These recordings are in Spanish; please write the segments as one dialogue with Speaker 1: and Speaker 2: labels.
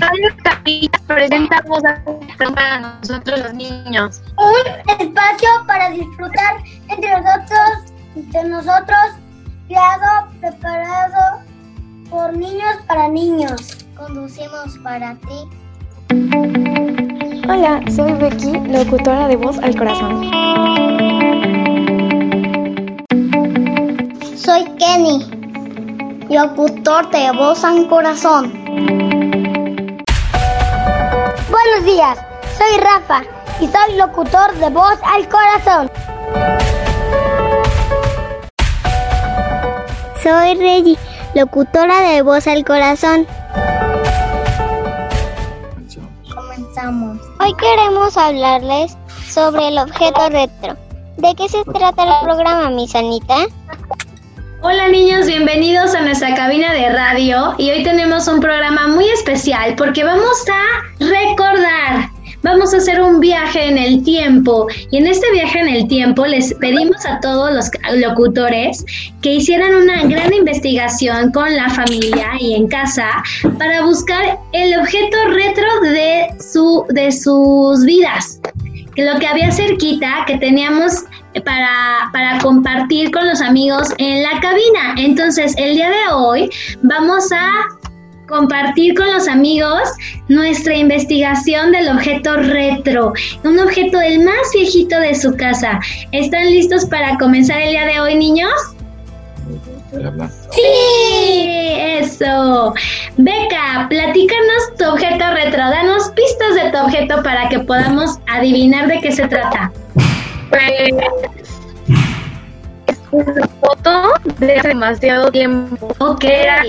Speaker 1: Radio Capillas presenta Voz al Corazón para nosotros los niños.
Speaker 2: Un espacio para disfrutar entre nosotros, creado, preparado por niños para niños.
Speaker 3: Conducimos para ti.
Speaker 4: Hola, soy Becky, locutora de Voz al Corazón.
Speaker 3: Soy Kenny, locutor de Voz al Corazón.
Speaker 2: Buenos días, soy Rafa y soy locutor de Voz al Corazón.
Speaker 3: Soy Reggie, locutora de Voz al Corazón. Comenzamos. Hoy queremos hablarles sobre el objeto retro. ¿De qué se trata el programa, Miss Anita?
Speaker 5: Hola niños, bienvenidos a nuestra cabina de radio y hoy tenemos un programa muy especial porque vamos a recordar, vamos a hacer un viaje en el tiempo y en este viaje en el tiempo les pedimos a todos los locutores que hicieran una gran investigación con la familia y en casa para buscar el objeto retro de sus vidas, que lo que había cerquita que teníamos para compartir con los amigos en la cabina. Entonces, el día de hoy vamos a compartir con los amigos nuestra investigación del objeto retro, un objeto el más viejito de su casa. ¿Están listos para comenzar el día de hoy, niños? ¡Sí! ¡Eso! Beca, platícanos tu objeto retro. Danos pistas de tu objeto para que podamos adivinar de qué se trata.
Speaker 1: Pues es una foto de hace demasiado tiempo.
Speaker 5: Ok.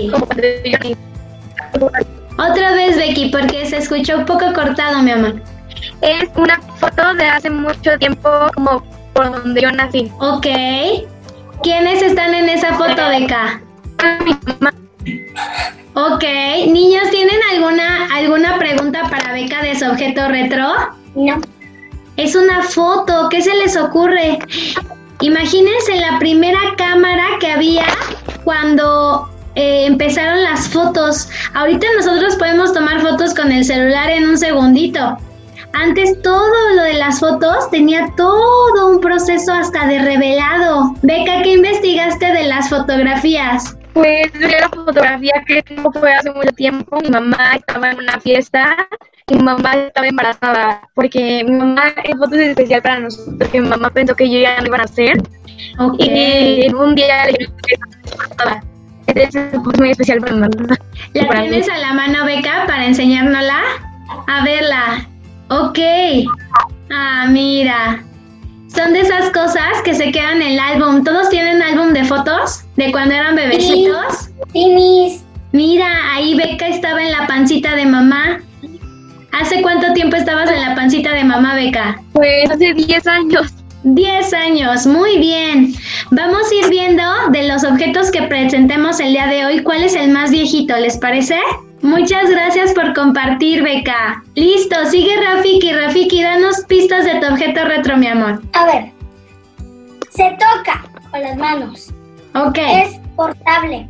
Speaker 5: Otra vez, Becky, porque se escuchó un poco cortado, mi amor.
Speaker 1: Es una foto de hace mucho tiempo, como por donde yo nací.
Speaker 5: Ok. ¿Quiénes están en esa foto, Beca?
Speaker 1: Mi mamá.
Speaker 5: Ok. Niños, ¿tienen alguna pregunta para Beca de su objeto retro?
Speaker 2: No.
Speaker 5: Es una foto, ¿qué se les ocurre? Imagínense la primera cámara que había cuando empezaron las fotos. Ahorita nosotros podemos tomar fotos con el celular en un segundito. Antes todo lo de las fotos tenía todo un proceso hasta de revelado. Beca, ¿qué investigaste de las fotografías?
Speaker 1: Pues la fotografía que tengo fue hace mucho tiempo. Mi mamá estaba en una fiesta y mi mamá estaba embarazada. Porque mi mamá, en fotos es especial para nosotros, porque mi mamá pensó que yo ya no iba a nacer.
Speaker 5: Okay.
Speaker 1: Y un día le dije que estaba embarazada. Entonces es muy especial para mi mamá.
Speaker 5: ¿La tienes a la mano, Beca, para enseñárnosla? A verla. Ok. Ah, mira. Son de esas cosas que se quedan en el álbum. ¿Todos tienen álbum de fotos de cuando eran bebecitos?
Speaker 2: Sí, Miss.
Speaker 5: Mira, ahí Beca estaba en la pancita de mamá. ¿Hace cuánto tiempo estabas en la pancita de mamá, Beca?
Speaker 1: Pues hace 10 años.
Speaker 5: 10 años, muy bien. Vamos a ir viendo de los objetos que presentemos el día de hoy, ¿cuál es el más viejito? ¿Les parece? Muchas gracias por compartir, Beca. Listo, sigue Rafiki. Rafiki, danos pistas de tu objeto retro, mi amor.
Speaker 2: A ver, se toca con las manos.
Speaker 5: Ok.
Speaker 2: Es portable.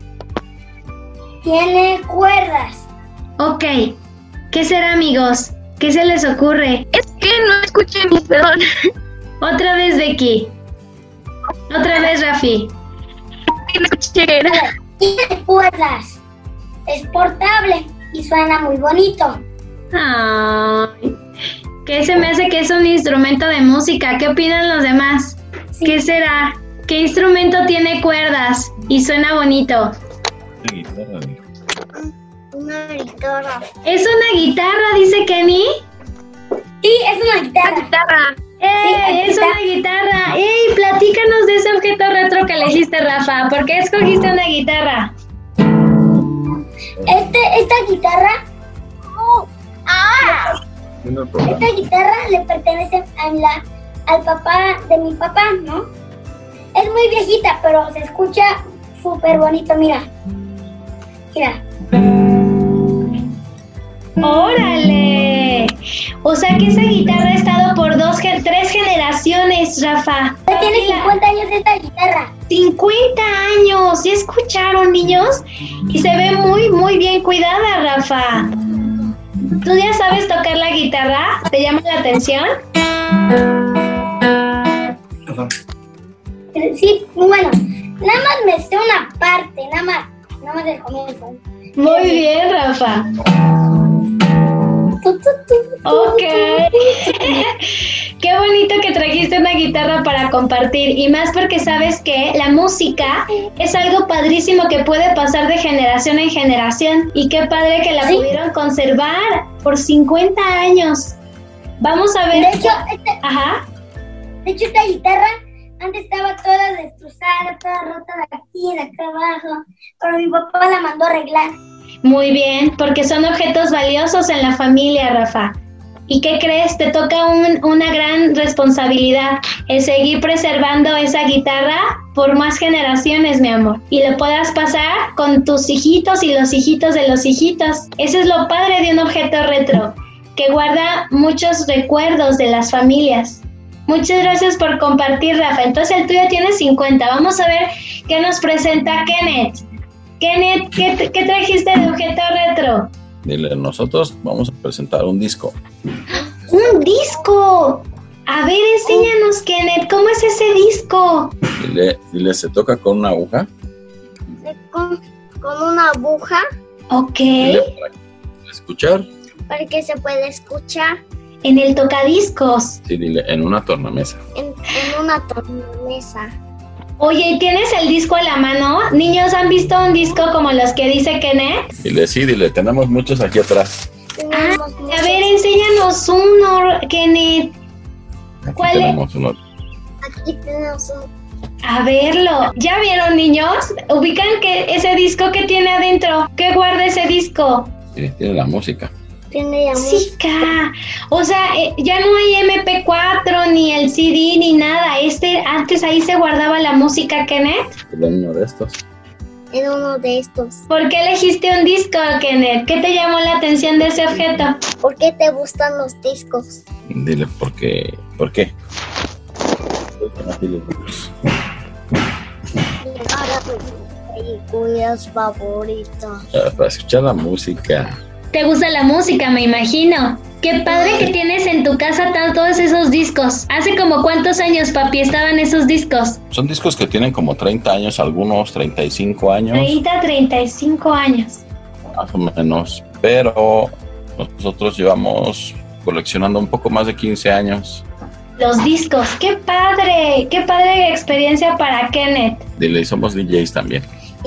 Speaker 2: Tiene cuerdas.
Speaker 5: Ok. ¿Qué será, amigos? ¿Qué se les ocurre?
Speaker 1: Es que no escuché mi perdón.
Speaker 5: Otra vez, Becky. Otra vez, Rafi.
Speaker 1: No escuché.
Speaker 2: Tiene cuerdas. Es portable y suena muy bonito.
Speaker 5: Ay, ¿qué se me hace que es un instrumento de música? ¿Qué opinan los demás?
Speaker 2: Sí.
Speaker 5: ¿Qué será? ¿Qué instrumento tiene cuerdas y suena bonito?
Speaker 3: Una guitarra.
Speaker 5: ¿Es una guitarra, dice Kenny?
Speaker 2: Sí, es una guitarra.
Speaker 1: Guitarra.
Speaker 5: Es una guitarra. ¡Ey! Platícanos de ese objeto retro que elegiste, Rafa. ¿Por qué escogiste una guitarra?
Speaker 2: Esta guitarra. Esta guitarra le pertenece al papá de mi papá, ¿no? Es muy viejita, pero se escucha súper bonito, mira. Mira.
Speaker 5: ¡Órale! O sea que esa guitarra ha estado por 3 generaciones, Rafa.
Speaker 2: Ya tiene 50 años esta guitarra.
Speaker 5: 50 años, ¿sí escucharon, niños? Y se ve muy, muy bien cuidada, Rafa. ¿Tú ya sabes tocar la guitarra? ¿Te llama la atención?
Speaker 2: Sí, bueno, nada más me sé una parte, nada más del comienzo.
Speaker 5: Muy bien, Rafa. Ok. Qué bonito que trajiste una guitarra para compartir, y más porque sabes que la música es algo padrísimo que puede pasar de generación en generación, y qué padre que la pudieron conservar por 50 años. Vamos a ver.
Speaker 2: De hecho,
Speaker 5: Ajá.
Speaker 2: De hecho, esta guitarra antes estaba toda destrozada, toda rota de aquí, de acá abajo, pero mi papá la mandó a arreglar.
Speaker 5: Muy bien, porque son objetos valiosos en la familia, Rafa. ¿Y qué crees? Te toca una gran responsabilidad, el seguir preservando esa guitarra por más generaciones, mi amor. Y lo puedas pasar con tus hijitos y los hijitos de los hijitos. Eso es lo padre de un objeto retro, que guarda muchos recuerdos de las familias. Muchas gracias por compartir, Rafa. Entonces el tuyo tiene 50. Vamos a ver qué nos presenta Kenneth. Kenneth, ¿qué trajiste de objeto retro?
Speaker 6: Dile, nosotros vamos a presentar un disco.
Speaker 5: ¡Un disco! A ver, enséñanos, Kenneth, ¿cómo es ese disco?
Speaker 6: Dile, ¿se toca con una aguja?
Speaker 3: Con una aguja.
Speaker 5: Ok.
Speaker 6: Dile, para escuchar.
Speaker 3: Para que se pueda escuchar.
Speaker 5: En el tocadiscos.
Speaker 6: Sí, dile, en una tornamesa.
Speaker 3: En una tornamesa.
Speaker 5: Oye, ¿y tienes el disco a la mano? Niños, ¿han visto un disco como los que dice Kenneth?
Speaker 6: Dile, sí, dile, tenemos muchos aquí atrás.
Speaker 5: A ver, enséñanos uno, Kenneth.
Speaker 6: Aquí
Speaker 5: ¿Cuál
Speaker 6: tenemos uno.
Speaker 3: Aquí tenemos uno.
Speaker 5: A verlo. ¿Ya vieron, niños? ¿Ubican que ese disco que tiene adentro? ¿Qué guarda ese disco?
Speaker 6: Sí, tiene la música.
Speaker 3: Tiene la
Speaker 5: Música. O sea, ya no hay MP4 ni el CD ni nada. Antes ahí se guardaba la música, Kenneth.
Speaker 6: En uno de estos.
Speaker 3: En uno de estos.
Speaker 5: ¿Por qué elegiste un disco, Kenneth? ¿Qué te llamó la atención de ese objeto?
Speaker 3: ¿Por qué te gustan los discos?
Speaker 6: Dile, ¿por qué?
Speaker 3: Para tus películas favoritas.
Speaker 6: Para escuchar la música.
Speaker 5: ¿Te gusta la música, me imagino? Qué padre que tienes en tu casa todos esos discos. ¿Hace como cuántos años, papi, estaban esos discos?
Speaker 6: Son discos que tienen como 30 años, algunos 35 años.
Speaker 5: 35 años.
Speaker 6: Más o menos. Pero nosotros llevamos coleccionando un poco más de 15 años.
Speaker 5: Los discos, qué padre experiencia para Kenneth.
Speaker 6: Dile, y somos DJs también.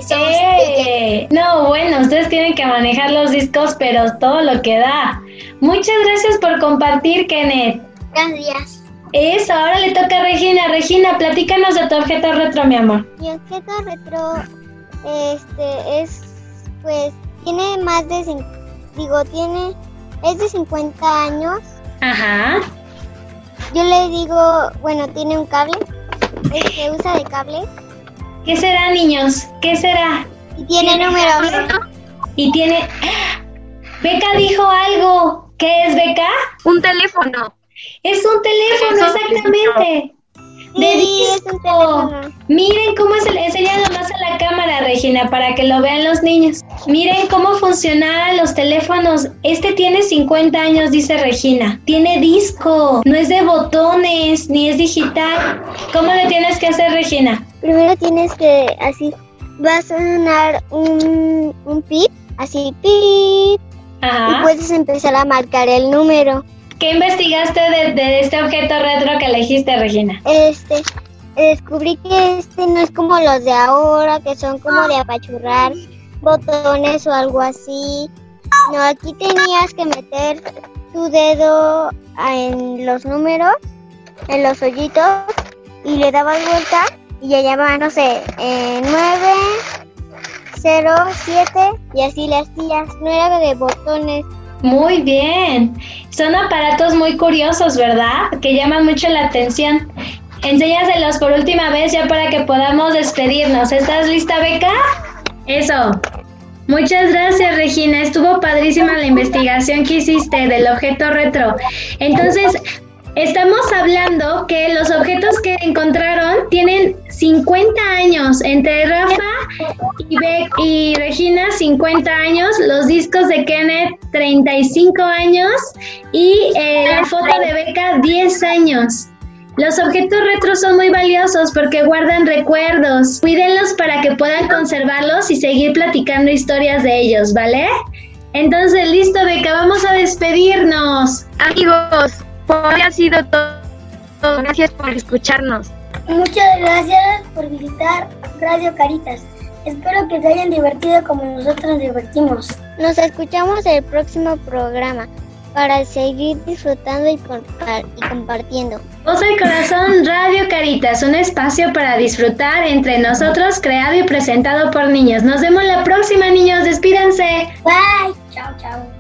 Speaker 5: No, bueno, ustedes tienen que manejar los discos, pero todo lo que da. Muchas gracias por compartir, Kenneth.
Speaker 3: Gracias.
Speaker 5: Eso, ahora le toca a Regina. Regina, platícanos de tu objeto retro, mi amor.
Speaker 3: Mi objeto retro, pues, tiene más de, es de 50 años.
Speaker 5: Ajá.
Speaker 3: Yo le digo, bueno, tiene un cable, se usa de cable.
Speaker 5: ¿Qué será, niños? ¿Qué será?
Speaker 3: Y tiene números.
Speaker 5: Y tiene... Beca dijo algo. ¿Qué es, Beca?
Speaker 1: Un teléfono.
Speaker 5: Es un teléfono, exactamente. De
Speaker 3: Sí, es un
Speaker 5: disco.
Speaker 3: teléfono.
Speaker 5: Miren cómo se le enseña nomás a la cámara, Regina, para que lo vean los niños. Miren cómo funcionan los teléfonos. Este tiene 50 años, dice Regina. Tiene disco, no es de botones, ni es digital. ¿Cómo le tienes que hacer, Regina?
Speaker 3: Primero tienes que, así, va a sonar un pip, así, pip.
Speaker 5: Ajá.
Speaker 3: Y puedes empezar a marcar el número.
Speaker 5: ¿Qué investigaste de este objeto retro que elegiste, Regina?
Speaker 3: Descubrí que no es como los de ahora, que son como de apachurrar botones o algo así. No, aquí tenías que meter tu dedo en los números, en los hoyitos, y le dabas vuelta y ya llama, no sé, 9, 0, 7, y así le hacías. No era de botones.
Speaker 5: Muy bien. Son aparatos muy curiosos, ¿verdad? Que llaman mucho la atención. Enséñaselos por última vez ya para que podamos despedirnos. ¿Estás lista, Beca? Eso. Muchas gracias, Regina. Estuvo padrísima la investigación que hiciste del objeto retro. Entonces, Estamos hablando que los objetos que encontraron tienen 50 años. Entre Rafa y Regina, 50 años. Los discos de Kenneth, 35 años. Y la foto de Beca, 10 años. Los objetos retro son muy valiosos porque guardan recuerdos. Cuídenlos para que puedan conservarlos y seguir platicando historias de ellos, ¿vale? Entonces, listo, Beca, vamos a despedirnos.
Speaker 1: Amigos, hoy ha sido todo. Gracias por escucharnos.
Speaker 2: Muchas gracias por visitar Radio Caritas. Espero que se hayan divertido como nosotros nos divertimos.
Speaker 3: Nos escuchamos el próximo programa para seguir disfrutando y compartiendo.
Speaker 5: Voz al Corazón, Radio Caritas, un espacio para disfrutar entre nosotros, creado y presentado por niños. Nos vemos la próxima, niños. Despídanse.
Speaker 2: Bye. Chao, chao.